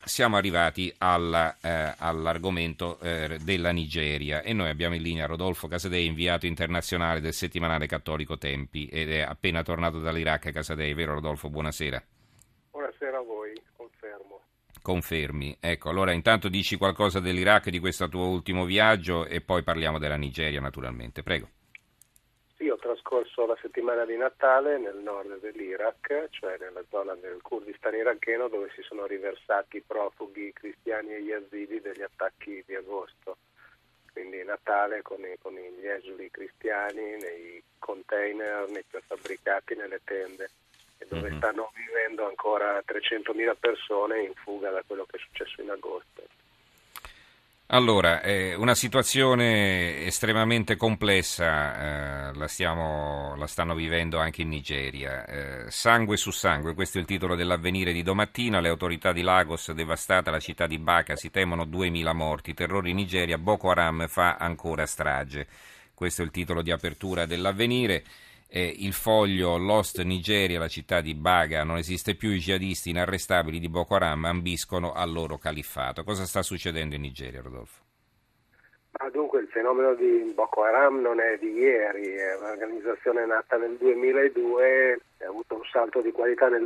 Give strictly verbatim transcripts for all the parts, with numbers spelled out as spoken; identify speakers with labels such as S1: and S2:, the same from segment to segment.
S1: siamo arrivati alla, eh, all'argomento eh, della Nigeria e noi abbiamo in linea Rodolfo Casadei, inviato internazionale del settimanale cattolico Tempi, ed è appena tornato dall'Iraq. Casadei, vero Rodolfo? Buonasera.
S2: Buonasera a voi, confermo.
S1: Confermi. Ecco, allora intanto dici qualcosa dell'Iraq, di questo tuo ultimo viaggio, e poi parliamo della Nigeria naturalmente. Prego.
S2: Sì, ho trascorso la settimana di Natale nel nord dell'Iraq, cioè nella zona del Kurdistan iracheno, dove si sono riversati i profughi cristiani e yazidi degli attacchi di agosto. Quindi Natale con, i, con gli esuli cristiani nei container, nei prefabbricati, nelle tende, e dove
S1: Mhm.
S2: stanno vivendo ancora trecentomila persone in fuga da quello che è successo in agosto.
S1: Allora, è una situazione estremamente complessa, eh, la, stiamo, la stanno vivendo anche in Nigeria. Eh, sangue su sangue, questo è il titolo dell'Avvenire di domattina. Le autorità di Lagos, devastata la città di Baka, si temono duemila morti. Terrore in Nigeria, Boko Haram fa ancora strage. Questo è il titolo di apertura dell'Avvenire. Eh, il Foglio, Lost Nigeria, la città di Baga, non esiste più, i jihadisti inarrestabili di Boko Haram ambiscono al loro califfato. Cosa sta succedendo in Nigeria, Rodolfo?
S2: Ma dunque il fenomeno di Boko Haram non è di ieri, è un'organizzazione nata nel duemiladue, ha avuto un salto di qualità nel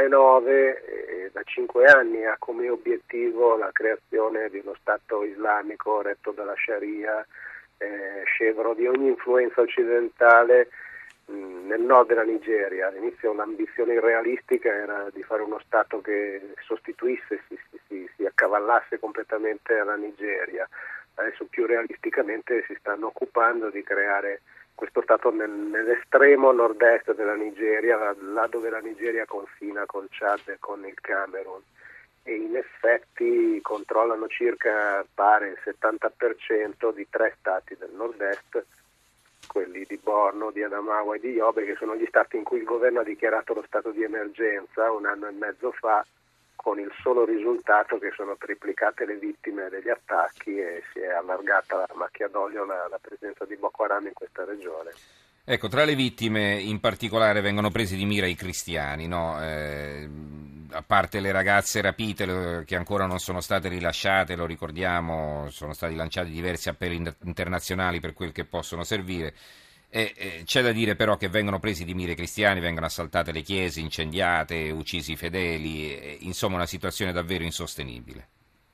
S2: duemilanove e da cinque anni ha come obiettivo la creazione di uno Stato islamico retto dalla Sharia, eh, scevro di ogni influenza occidentale mh, nel nord della Nigeria. All'inizio l'ambizione irrealistica era di fare uno Stato che sostituisse, si, si, si, si accavallasse completamente alla Nigeria. Adesso più realisticamente si stanno occupando di creare questo Stato nel, nell'estremo nord-est della Nigeria, là, là dove la Nigeria confina con Chad e con il Camerun, e in effetti controllano circa, pare, il settanta per cento di tre stati del nord-est, quelli di Borno, di Adamawa e di Yobe, che sono gli stati in cui il governo ha dichiarato lo stato di emergenza un anno e mezzo fa, con il solo risultato che sono triplicate le vittime degli attacchi e si è allargata la macchia d'olio la, la presenza di Boko Haram in questa regione.
S1: Ecco, tra le vittime in particolare vengono presi di mira i cristiani, no? Eh, a parte le ragazze rapite lo- che ancora non sono state rilasciate, lo ricordiamo, sono stati lanciati diversi appelli in- internazionali per quel che possono servire. E, eh, c'è da dire però che vengono presi di mira i cristiani, vengono assaltate le chiese, incendiate, uccisi i fedeli, e, insomma una situazione davvero insostenibile.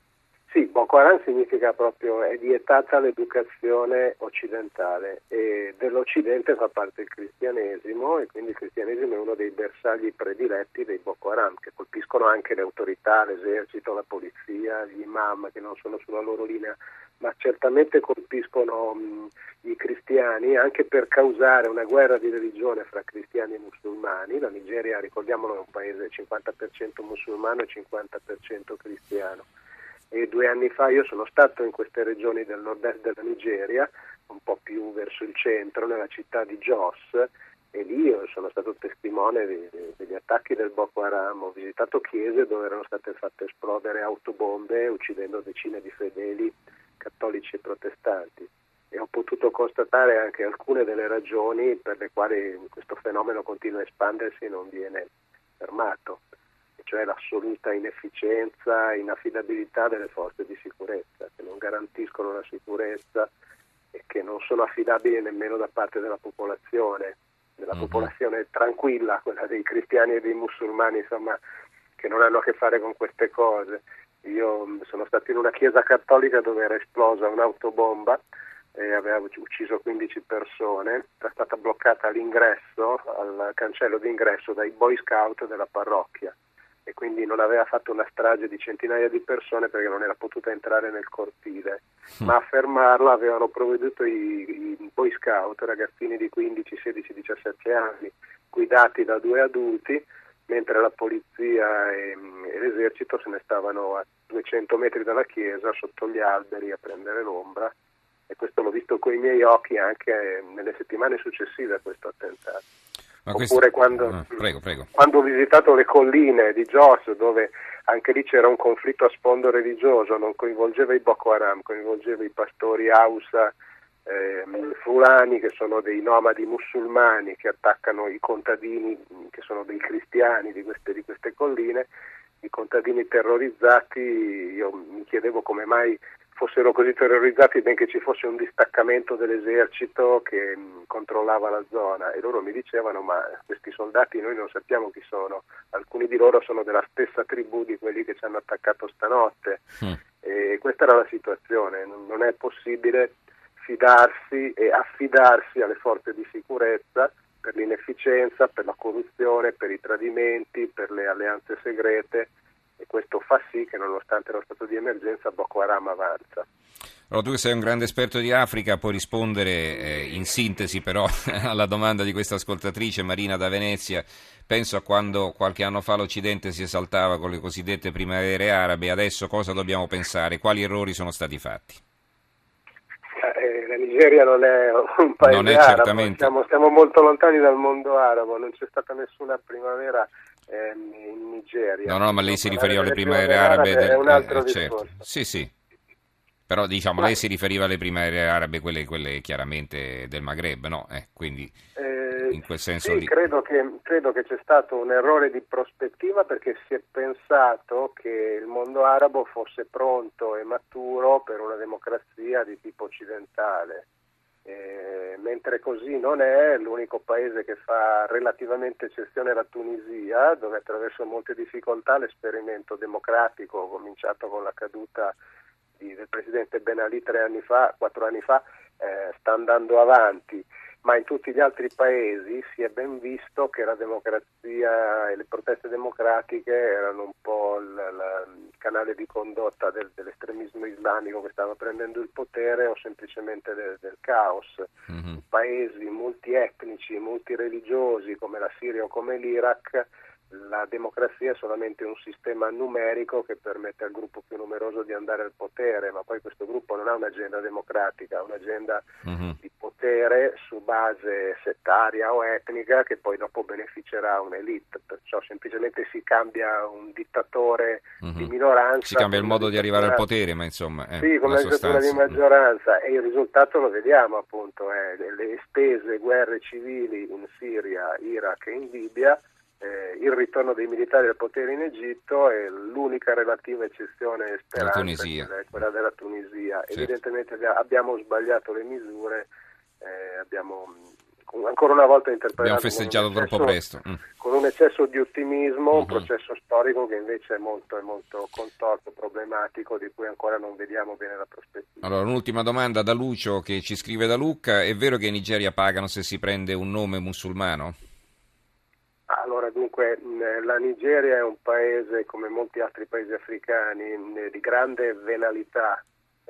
S2: Sì, Boko Haram significa proprio è vietata l'educazione occidentale e dell'Occidente fa parte il cristianesimo, e quindi il cristianesimo è uno dei bersagli prediletti dei Boko Haram, che colpiscono anche le autorità, l'esercito, la polizia, gli imam che non sono sulla loro linea, ma certamente colpiscono mh, i cristiani anche per causare una guerra di religione fra cristiani e musulmani. La Nigeria, ricordiamolo, è un paese cinquanta per cento musulmano e cinquanta per cento cristiano. E due anni fa io sono stato in queste regioni del nord-est della Nigeria, un po' più verso il centro, nella città di Jos, e lì io sono stato testimone di- degli attacchi del Boko Haram. Ho visitato chiese dove erano state fatte esplodere autobombe, uccidendo decine di fedeli cattolici e protestanti, e ho potuto constatare anche alcune delle ragioni per le quali questo fenomeno continua a espandersi e non viene fermato, cioè l'assoluta inefficienza, inaffidabilità delle forze di sicurezza, che non garantiscono la sicurezza e che non sono affidabili nemmeno da parte della popolazione, della
S1: Mhm.
S2: popolazione tranquilla, quella dei cristiani e dei musulmani, insomma, che non hanno a che fare con queste cose. Io mh, sono stato in una chiesa cattolica dove era esplosa un'autobomba e aveva ucciso quindici persone, era stata bloccata all'ingresso, al cancello d'ingresso, dai Boy Scout della parrocchia, e quindi non aveva fatto una strage di centinaia di persone perché non era potuta entrare nel cortile, ma a fermarla avevano provveduto i, i Boy Scout, ragazzini di quindici, sedici, diciassette anni, guidati da due adulti, mentre la polizia e, e l'esercito se ne stavano a duecento metri dalla chiesa, sotto gli alberi, a prendere l'ombra, e questo l'ho visto coi miei occhi anche nelle settimane successive a questo attentato.
S1: Ma questo...
S2: Oppure quando,
S1: ah, prego, prego.
S2: quando ho visitato le colline di Jos, dove anche lì c'era un conflitto a sfondo religioso, non coinvolgeva i Boko Haram, coinvolgeva i pastori Hausa, eh, fulani, che sono dei nomadi musulmani che attaccano i contadini che sono dei cristiani di queste, di queste colline, i contadini terrorizzati, io mi chiedevo come mai fossero così terrorizzati, benché ci fosse un distaccamento dell'esercito che mh, controllava la zona, e loro mi dicevano: ma questi soldati noi non sappiamo chi sono, alcuni di loro sono della stessa tribù di quelli che ci hanno attaccato stanotte. Mm. E questa era la situazione, non, non è possibile fidarsi e affidarsi alle forze di sicurezza per l'inefficienza, per la corruzione, per i tradimenti, per le alleanze segrete, e questo fa sì che nonostante lo stato di emergenza Boko Haram avanza.
S1: Allora, tu che sei un grande esperto di Africa puoi rispondere eh, in sintesi però alla domanda di questa ascoltatrice Marina da Venezia. Penso a quando qualche anno fa l'Occidente si esaltava con le cosiddette primavere arabe, adesso cosa dobbiamo pensare? Quali errori sono stati fatti?
S2: Eh, la Nigeria non è un paese
S1: non è
S2: arabo,
S1: certamente...
S2: stiamo, stiamo molto lontani dal mondo arabo, non c'è stata nessuna primavera ehm, in Nigeria.
S1: No, no, ma lei si riferiva alle primavere arabe,
S2: arabe
S1: del...
S2: è un altro
S1: eh,
S2: discorso.
S1: Certo. Sì, sì. Però diciamo, ma... lei si riferiva alle primavere arabe, quelle, quelle chiaramente del Maghreb, no? Eh, quindi
S2: eh,
S1: in quel senso
S2: sì,
S1: lì.
S2: Credo che, credo che c'è stato un errore di prospettiva, perché si è pensato che il mondo arabo fosse pronto e maturo per una democrazia di tipo occidentale. Eh, mentre così non è, l'unico paese che fa relativamente eccezione è la Tunisia, dove attraverso molte difficoltà l'esperimento democratico, cominciato con la caduta di, del presidente Ben Ali tre anni fa, quattro anni fa, eh, sta andando avanti, ma in tutti gli altri paesi si è ben visto che la democrazia e le proteste democratiche erano un po' il, la, il canale di condotta del, dell'estremismo islamico che stava prendendo il potere, o semplicemente del, del caos. Mm-hmm. Paesi multietnici, multireligiosi come la Siria o come l'Iraq, la democrazia è solamente un sistema numerico che permette al gruppo più numeroso di andare al potere, ma poi questo gruppo non ha un'agenda democratica, ha un'agenda mm-hmm. di potere su base settaria o etnica, che poi dopo beneficerà un'elite, perciò semplicemente si cambia un dittatore mm-hmm. di minoranza.
S1: Si cambia il modo di arrivare al potere, ma insomma... Eh,
S2: sì, con la dittatura di maggioranza, e il risultato lo vediamo appunto, eh, le estese guerre civili in Siria, Iraq e in Libia, Eh, il ritorno dei militari al potere in Egitto, e l'unica relativa eccezione e speranza è quella della Tunisia. Certo. Evidentemente abbiamo sbagliato le misure, eh, abbiamo ancora una volta interpretato,
S1: abbiamo festeggiato eccesso, troppo presto mm.
S2: con un eccesso di ottimismo, mm-hmm. un processo storico che invece è molto, è molto contorto, problematico, di cui ancora non vediamo bene la prospettiva.
S1: Allora, un'ultima domanda da Lucio, che ci scrive da Lucca: è vero che in Nigeria pagano se si prende un nome musulmano?
S2: Allora, dunque, la Nigeria è un paese, come molti altri paesi africani, di grande venalità.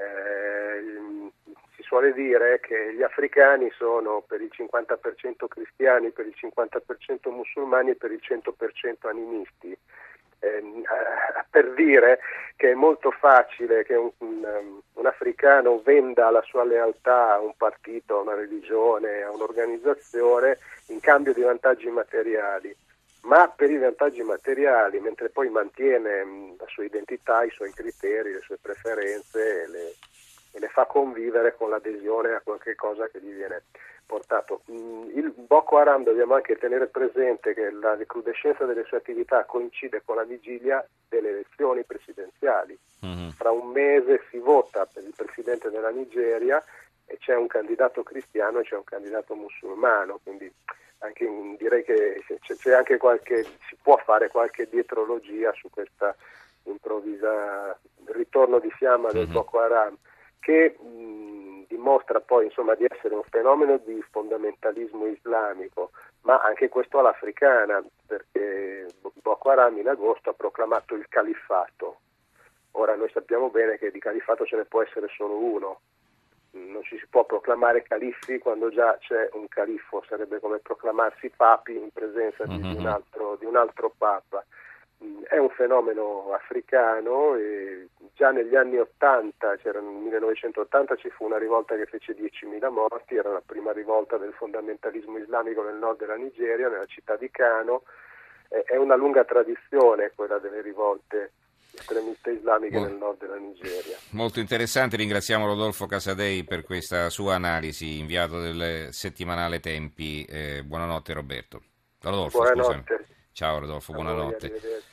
S2: Eh, si suole dire che gli africani sono per il cinquanta per cento cristiani, per il cinquanta per cento musulmani e per il cento per cento animisti. Eh, per dire che è molto facile che un, un, un africano venda la sua lealtà a un partito, a una religione, a un'organizzazione in cambio di vantaggi materiali, ma per i vantaggi materiali, mentre poi mantiene mh, la sua identità, i suoi criteri, le sue preferenze, e le, e le fa convivere con l'adesione a qualche cosa che gli viene portato. Il Boko Haram, dobbiamo anche tenere presente che la recrudescenza delle sue attività coincide con la vigilia delle elezioni presidenziali. Mm-hmm. Fra un mese si vota per il presidente della Nigeria e c'è un candidato cristiano e c'è un candidato musulmano, quindi anche direi che c'è anche qualche, si può fare qualche dietrologia su questa improvvisa ritorno di fiamma del mm-hmm. Boko Haram, che mh, dimostra poi insomma di essere un fenomeno di fondamentalismo islamico, ma anche questo all'africana, perché Boko Haram in agosto ha proclamato il califfato. Ora noi sappiamo bene che di califfato ce ne può essere solo uno, non ci si può proclamare califfi quando già c'è un califfo, sarebbe come proclamarsi papi in presenza di, mm-hmm. di, un, altro, di un altro papa. È un fenomeno africano, e già negli anni ottanta, c'era nel millenovecentottanta, ci fu una rivolta che fece diecimila morti, era la prima rivolta del fondamentalismo islamico nel nord della Nigeria, nella città di Kano. È una lunga tradizione quella delle rivolte estremiste islamiche nel nord della Nigeria.
S1: Molto interessante, ringraziamo Rodolfo Casadei per questa sua analisi, inviato del settimanale Tempi. Eh, buonanotte Roberto. Rodolfo,
S2: buonanotte.
S1: Scusami. Ciao Rodolfo, buonanotte.